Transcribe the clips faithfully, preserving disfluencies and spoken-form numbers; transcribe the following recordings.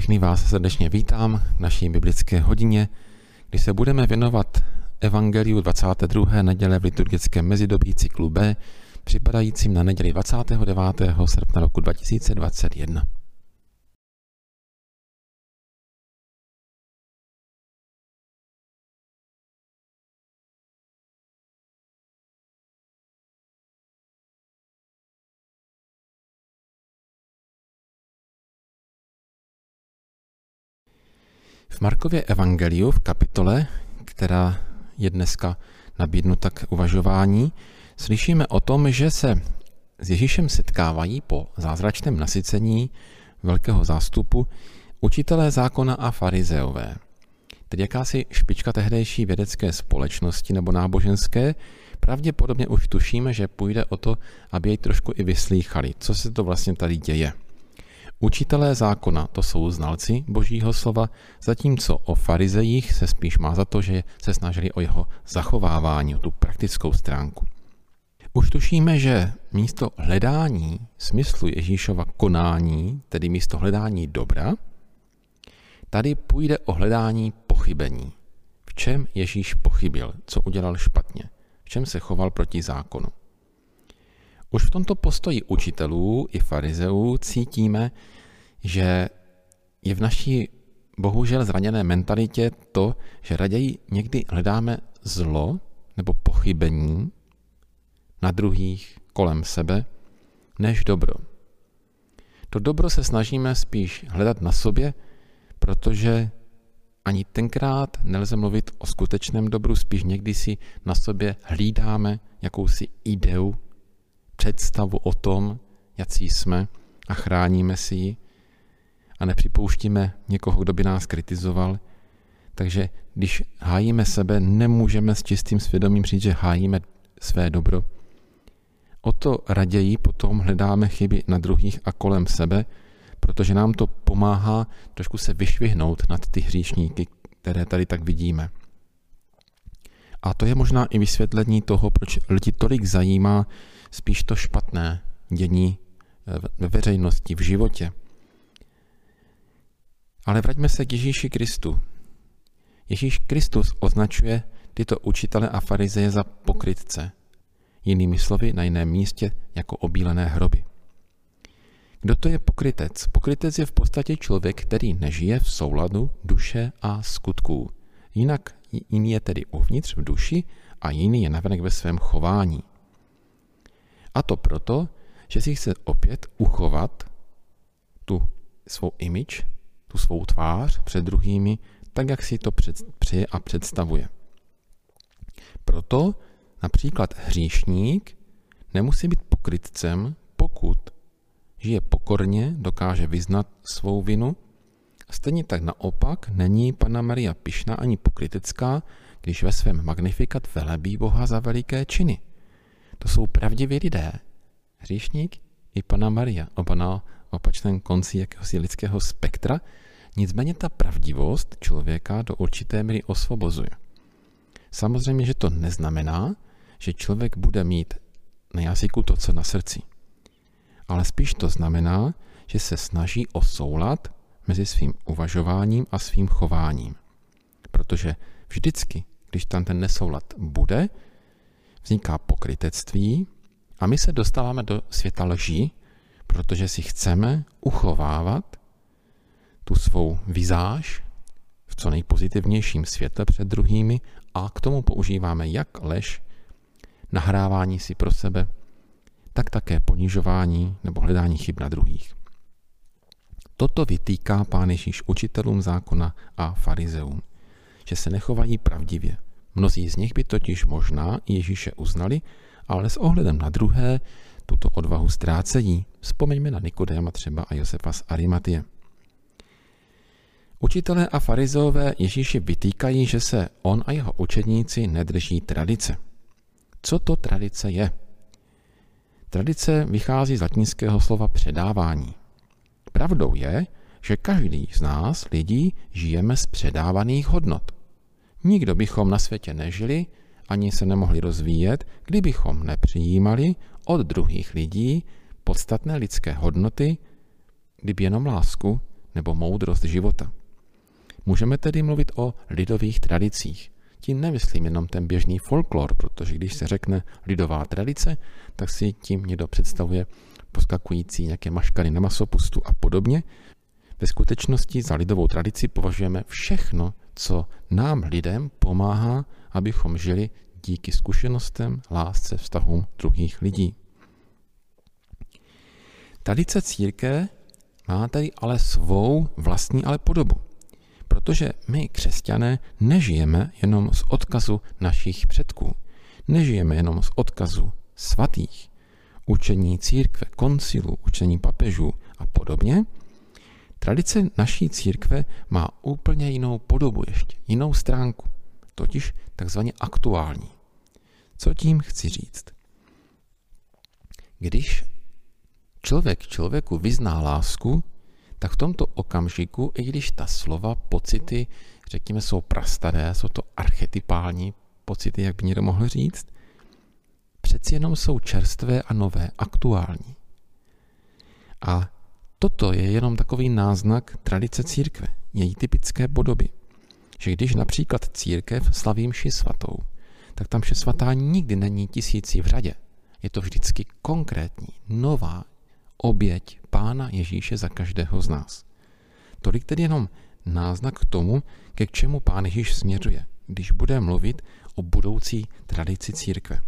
Všechny vás srdečně vítám v naší biblické hodině, kdy se budeme věnovat Evangeliu dvacáté druhé neděle v liturgickém mezidobí cyklu B, připadajícím na neděli dvacátého devátého srpna roku dva tisíce dvacet jedna. V Markově evangeliu v kapitole, která je dneska nabídnuta k uvažování, slyšíme o tom, že se s Ježíšem setkávají po zázračném nasycení velkého zástupu učitelé zákona a farizeové, tedy jakási špička tehdejší vědecké společnosti nebo náboženské. Pravděpodobně už tušíme, že půjde o to, aby jej trošku i vyslýchali, co se to vlastně tady děje. Učitelé zákona, to jsou znalci Božího slova, zatímco o farizejích se spíš má za to, že se snažili o jeho zachovávání, o tu praktickou stránku. Už tušíme, že místo hledání smyslu Ježíšova konání, tedy místo hledání dobra, tady půjde o hledání pochybení. V čem Ježíš pochybil, co udělal špatně, v čem se choval proti zákonu. Už v tomto postoji učitelů i farizeů cítíme, že je v naší bohužel zraněné mentalitě to, že raději někdy hledáme zlo nebo pochybení na druhých kolem sebe, než dobro. To dobro se snažíme spíš hledat na sobě, protože ani tenkrát nelze mluvit o skutečném dobru, spíš někdy si na sobě hlídáme jakousi ideu, představu o tom, jací jsme, a chráníme si ji a nepřipouštíme někoho, kdo by nás kritizoval. Takže když hájíme sebe, nemůžeme s čistým svědomím říct, že hájíme své dobro. O to raději potom hledáme chyby na druhých a kolem sebe, protože nám to pomáhá trošku se vyšvihnout nad ty hříšníky, které tady tak vidíme. A to je možná i vysvětlení toho, proč lidi tolik zajímá spíš to špatné dění ve veřejnosti, v životě. Ale vraťme se k Ježíši Kristu. Ježíš Kristus označuje tyto učitele a farizeje za pokrytce. Jinými slovy, na jiném místě jako obílené hroby. Kdo to je pokrytec? Pokrytec je v podstatě člověk, který nežije v souladu duše a skutků. Jinak jiný je tedy uvnitř v duši a jiný je navenek ve svém chování. A to proto, že si chce opět uchovat tu svou image, tu svou tvář před druhými, tak, jak si to přeje a představuje. Proto například hříšník nemusí být pokrytcem, pokud žije pokorně, dokáže vyznat svou vinu. Stejně tak naopak není Panna Maria pyšná ani pokrytecká, když ve svém magnifikat velebí Boha za veliké činy. To jsou pravdiví lidé. Hříšník i Panna Maria, oba na opačném konci jakéhosi lidského spektra, nicméně ta pravdivost člověka do určité míry osvobozuje. Samozřejmě, že to neznamená, že člověk bude mít na jazyku to, co na srdci. Ale spíš to znamená, že se snaží o soulad mezi svým uvažováním a svým chováním. Protože vždycky, když tam ten nesoulad bude, vzniká pokrytectví a my se dostáváme do světa lží, protože si chceme uchovávat tu svou vizáž v co nejpozitivnějším světle před druhými a k tomu používáme jak lež, nahrávání si pro sebe, tak také ponižování nebo hledání chyb na druhých. Toto vytýká Pán Ježíš učitelům zákona a farizeům, že se nechovají pravdivě. Mnozí z nich by totiž možná Ježíše uznali, ale s ohledem na druhé tuto odvahu ztrácejí. Vzpomeňme na Nikodéma třeba a Josefa z Arimatie. Učitelé a farizeové Ježíši vytýkají, že se on a jeho učedníci nedrží tradice. Co to tradice je? Tradice vychází z latinského slova předávání. Pravdou je, že každý z nás, lidí, žijeme z předávaných hodnot. Nikdo bychom na světě nežili, ani se nemohli rozvíjet, kdybychom nepřijímali od druhých lidí podstatné lidské hodnoty, kdyby jenom lásku nebo moudrost života. Můžeme tedy mluvit o lidových tradicích. Tím nemyslím jenom ten běžný folklor, protože když se řekne lidová tradice, tak si tím někdo představuje poskakující nějaké maškary na masopustu a podobně. Ve skutečnosti za lidovou tradici považujeme všechno, co nám lidem pomáhá, abychom žili díky zkušenostem, lásce, vztahům druhých lidí. Tradice církve má tedy ale svou vlastní ale podobu, protože my, křesťané, nežijeme jenom z odkazu našich předků, nežijeme jenom z odkazu svatých, učení církve, koncilů, učení papežů a podobně. Tradice naší církve má úplně jinou podobu ještě, jinou stránku, totiž takzvaně aktuální. Co tím chci říct? Když člověk člověku vyzná lásku, tak v tomto okamžiku, i když ta slova, pocity, řekněme, jsou prastaré, jsou to archetypální pocity, jak by někdo mohl říct, přeci jenom jsou čerstvé a nové, aktuální. A toto je jenom takový náznak tradice církve, její typické podoby. Že když například církev slaví mši svatou, tak ta mše svatá nikdy není tisící v řadě. Je to vždycky konkrétní, nová oběť Pána Ježíše za každého z nás. Tolik tedy jenom náznak k tomu, ke čemu Pán Ježíš směřuje, když bude mluvit o budoucí tradici církve.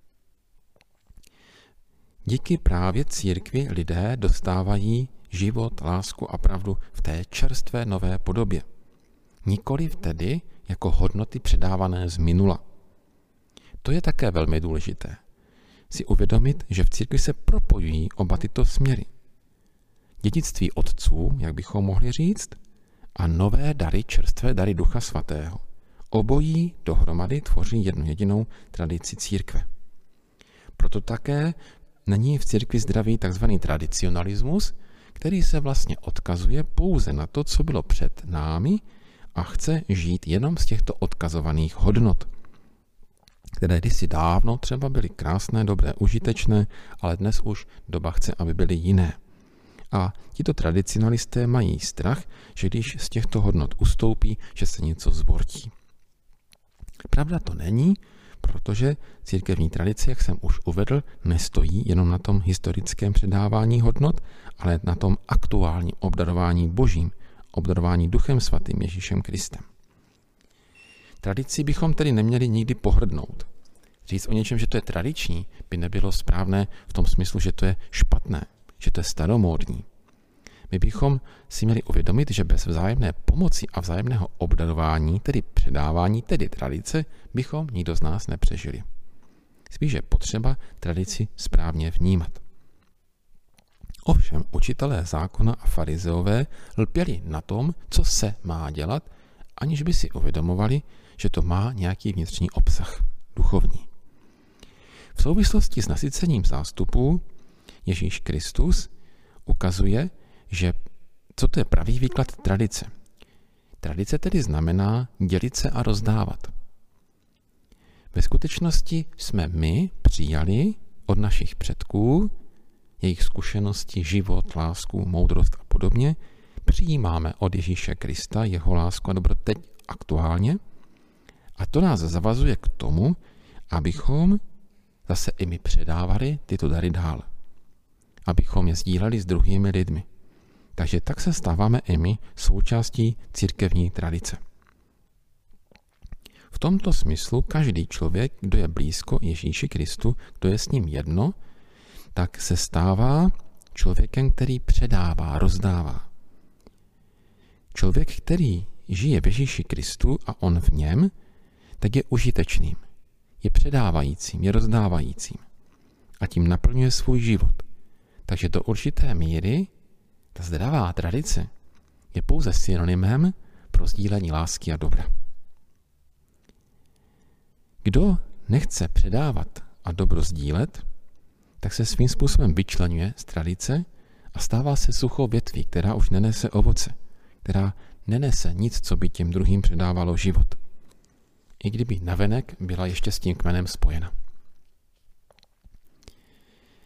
Díky právě církvi lidé dostávají život, lásku a pravdu v té čerstvé nové podobě. Nikoliv tedy jako hodnoty předávané z minula. To je také velmi důležité. Si uvědomit, že v církvi se propojují oba tyto směry. Dědictví otců, jak bychom mohli říct, a nové dary, čerstvé dary Ducha Svatého. Obojí dohromady tvoří jednu jedinou tradici církve. Proto také není v církvi zdravý tzv. Tradicionalismus, který se vlastně odkazuje pouze na to, co bylo před námi a chce žít jenom z těchto odkazovaných hodnot, které kdysi dávno třeba byly krásné, dobré, užitečné, ale dnes už doba chce, aby byly jiné. A tito tradicionalisté mají strach, že když z těchto hodnot ustoupí, že se něco zbortí. Pravda to není, protože církevní tradice, jak jsem už uvedl, nestojí jenom na tom historickém předávání hodnot, ale na tom aktuálním obdarování Božím, obdarování Duchem Svatým Ježíšem Kristem. Tradici bychom tedy neměli nikdy pohrdnout. Říct o něčem, že to je tradiční, by nebylo správné v tom smyslu, že to je špatné, že to je staromódní. My bychom si měli uvědomit, že bez vzájemné pomoci a vzájemného obdarování, tedy předávání, tedy tradice, bychom nikdo z nás nepřežili. Spíš je potřeba tradici správně vnímat. Ovšem učitelé zákona a farizeové lpěli na tom, co se má dělat, aniž by si uvědomovali, že to má nějaký vnitřní obsah, duchovní. V souvislosti s nasycením zástupů Ježíš Kristus ukazuje, že co to je pravý výklad tradice. Tradice tedy znamená dělit se a rozdávat. Ve skutečnosti jsme my přijali od našich předků jejich zkušenosti, život, lásku, moudrost a podobně, přijímáme od Ježíše Krista jeho lásku a dobro teď aktuálně a to nás zavazuje k tomu, abychom zase i my předávali tyto dary dál. Abychom je sdíleli s druhými lidmi. Takže tak se stáváme i my součástí církevní tradice. V tomto smyslu každý člověk, kdo je blízko Ježíši Kristu, kdo je s ním jedno, tak se stává člověkem, který předává, rozdává. Člověk, který žije v Ježíši Kristu a on v něm, tak je užitečným, je předávajícím, je rozdávajícím a tím naplňuje svůj život. Takže do určité míry ta zdravá tradice je pouze synonymem pro sdílení lásky a dobra. Kdo nechce předávat a dobro sdílet, tak se svým způsobem vyčleňuje z tradice a stává se suchou větví, která už nenese ovoce, která nenese nic, co by těm druhým předávalo život. I kdyby navenek byla ještě s tím kmenem spojena.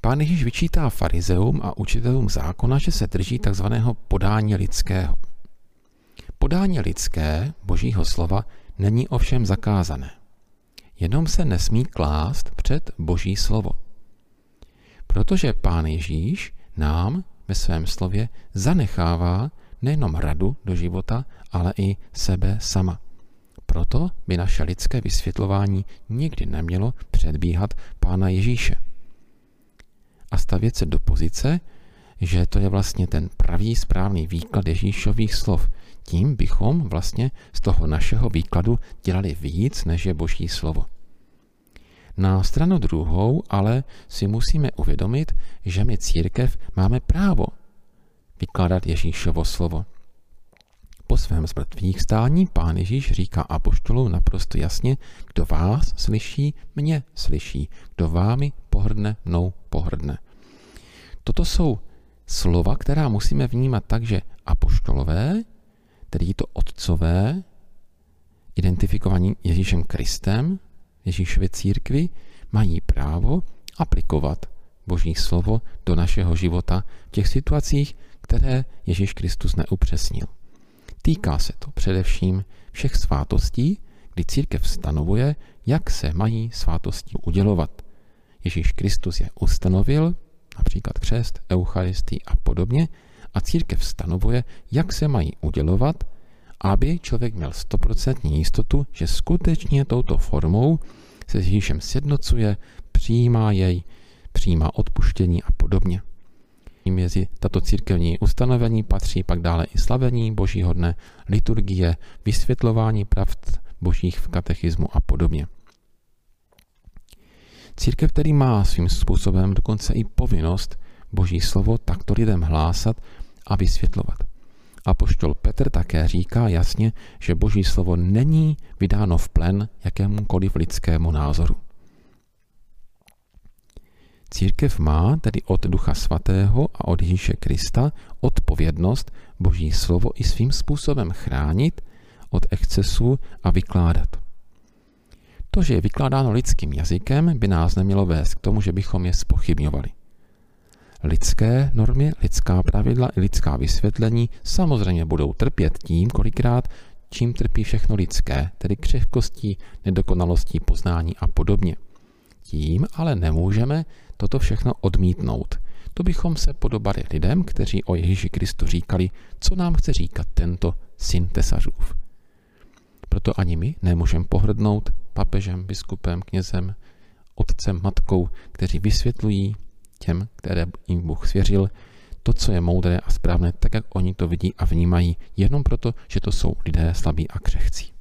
Pán Ježíš vyčítá farizeům a učitelům zákona, že se drží takzvaného podání lidského. Podání lidské, Božího slova, není ovšem zakázané. Jenom se nesmí klást před Boží slovo. Protože Pán Ježíš nám ve svém slově zanechává nejenom radu do života, ale i sebe sama. Proto by naše lidské vysvětlování nikdy nemělo předbíhat Pána Ježíše a stavět se do pozice, že to je vlastně ten pravý správný výklad Ježíšových slov. Tím bychom vlastně z toho našeho výkladu dělali víc, než je Boží slovo. Na stranu druhou ale si musíme uvědomit, že my církev máme právo vykládat Ježíšovo slovo. Po svém zmrtvýchvstání Pán Ježíš říká apoštolům naprosto jasně, kdo vás slyší, mě slyší, kdo vámi pohrdne, mnou pohrdne. Toto jsou slova, která musíme vnímat tak, že apoštolové, tedy to otcové, identifikovaní Ježíšem Kristem, Ježíšově církvi, mají právo aplikovat Boží slovo do našeho života v těch situacích, které Ježíš Kristus neupřesnil. Týká se to především všech svátostí, kdy církev stanovuje, jak se mají svátosti udělovat. Ježíš Kristus je ustanovil, například křest, eucharistii a podobně, a církev stanovuje, jak se mají udělovat, aby člověk měl stoprocentní jistotu, že skutečně touto formou se s Ježíšem sjednocuje, přijímá jej, přijímá odpuštění a podobně. Mezi tato církevní ustanovení patří pak dále i slavení Božího dne, liturgie, vysvětlování pravd božích v katechismu a podobně. Církev tedy má svým způsobem dokonce i povinnost Boží slovo takto lidem hlásat a vysvětlovat. Apoštol Petr také říká jasně, že Boží slovo není vydáno v plen jakémukoliv lidskému názoru. Církev má tedy od Ducha Svatého a od Ježíše Krista odpovědnost Boží slovo i svým způsobem chránit od excesů a vykládat. To, že je vykládáno lidským jazykem, by nás nemělo vést k tomu, že bychom je zpochybňovali. Lidské normy, lidská pravidla i lidská vysvětlení samozřejmě budou trpět tím, kolikrát, čím trpí všechno lidské, tedy křehkostí, nedokonalostí poznání a podobně. Tím ale nemůžeme toto všechno odmítnout. To bychom se podobali lidem, kteří o Ježíši Kristu říkali, co nám chce říkat tento syn tesařův. Proto ani my nemůžeme pohrdnout papežem, biskupem, knězem, otcem, matkou, kteří vysvětlují těm, které jim Bůh svěřil, to, co je moudré a správné, tak, jak oni to vidí a vnímají, jenom proto, že to jsou lidé slabí a křehcí.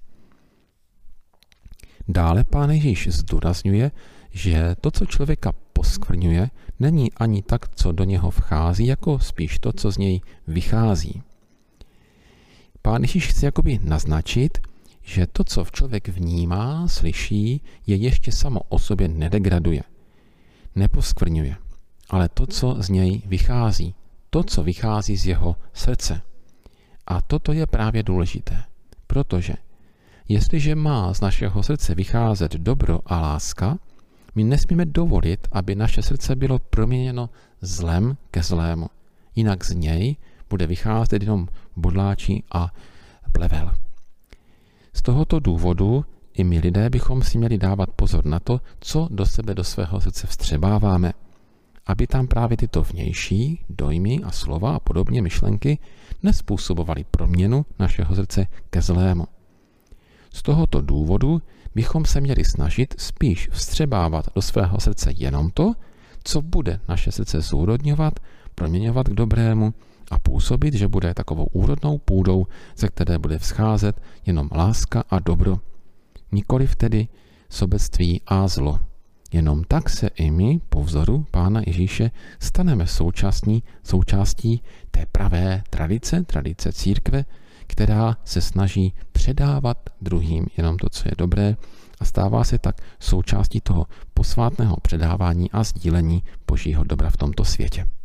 Dále Pán Ježíš zdůrazňuje, že to, co člověka poskvrňuje, není ani tak, co do něho vchází, jako spíš to, co z něj vychází. Pán Ježíš chce jakoby naznačit, že to, co v člověk vnímá, slyší, je ještě samo o sobě nedegraduje, neposkvrňuje, ale to, co z něj vychází, to, co vychází z jeho srdce. A toto je právě důležité, protože jestliže má z našeho srdce vycházet dobro a láska, my nesmíme dovolit, aby naše srdce bylo proměněno zlem ke zlému. Jinak z něj bude vycházet jenom bodláčí a plevel. Z tohoto důvodu i my lidé bychom si měli dávat pozor na to, co do sebe, do svého srdce vstřebáváme, aby tam právě tyto vnější dojmy a slova a podobně myšlenky nespůsobovaly proměnu našeho srdce ke zlému. Z tohoto důvodu bychom se měli snažit spíš vstřebávat do svého srdce jenom to, co bude naše srdce zúrodňovat, proměňovat k dobrému a působit, že bude takovou úrodnou půdou, ze které bude vzcházet jenom láska a dobro. Nikoliv tedy sobectví a zlo. Jenom tak se i my, po vzoru Pána Ježíše, staneme součástí, součástí té pravé tradice, tradice církve, která se snaží předávat druhým jenom to, co je dobré, a stává se tak součástí toho posvátného předávání a sdílení Božího dobra v tomto světě.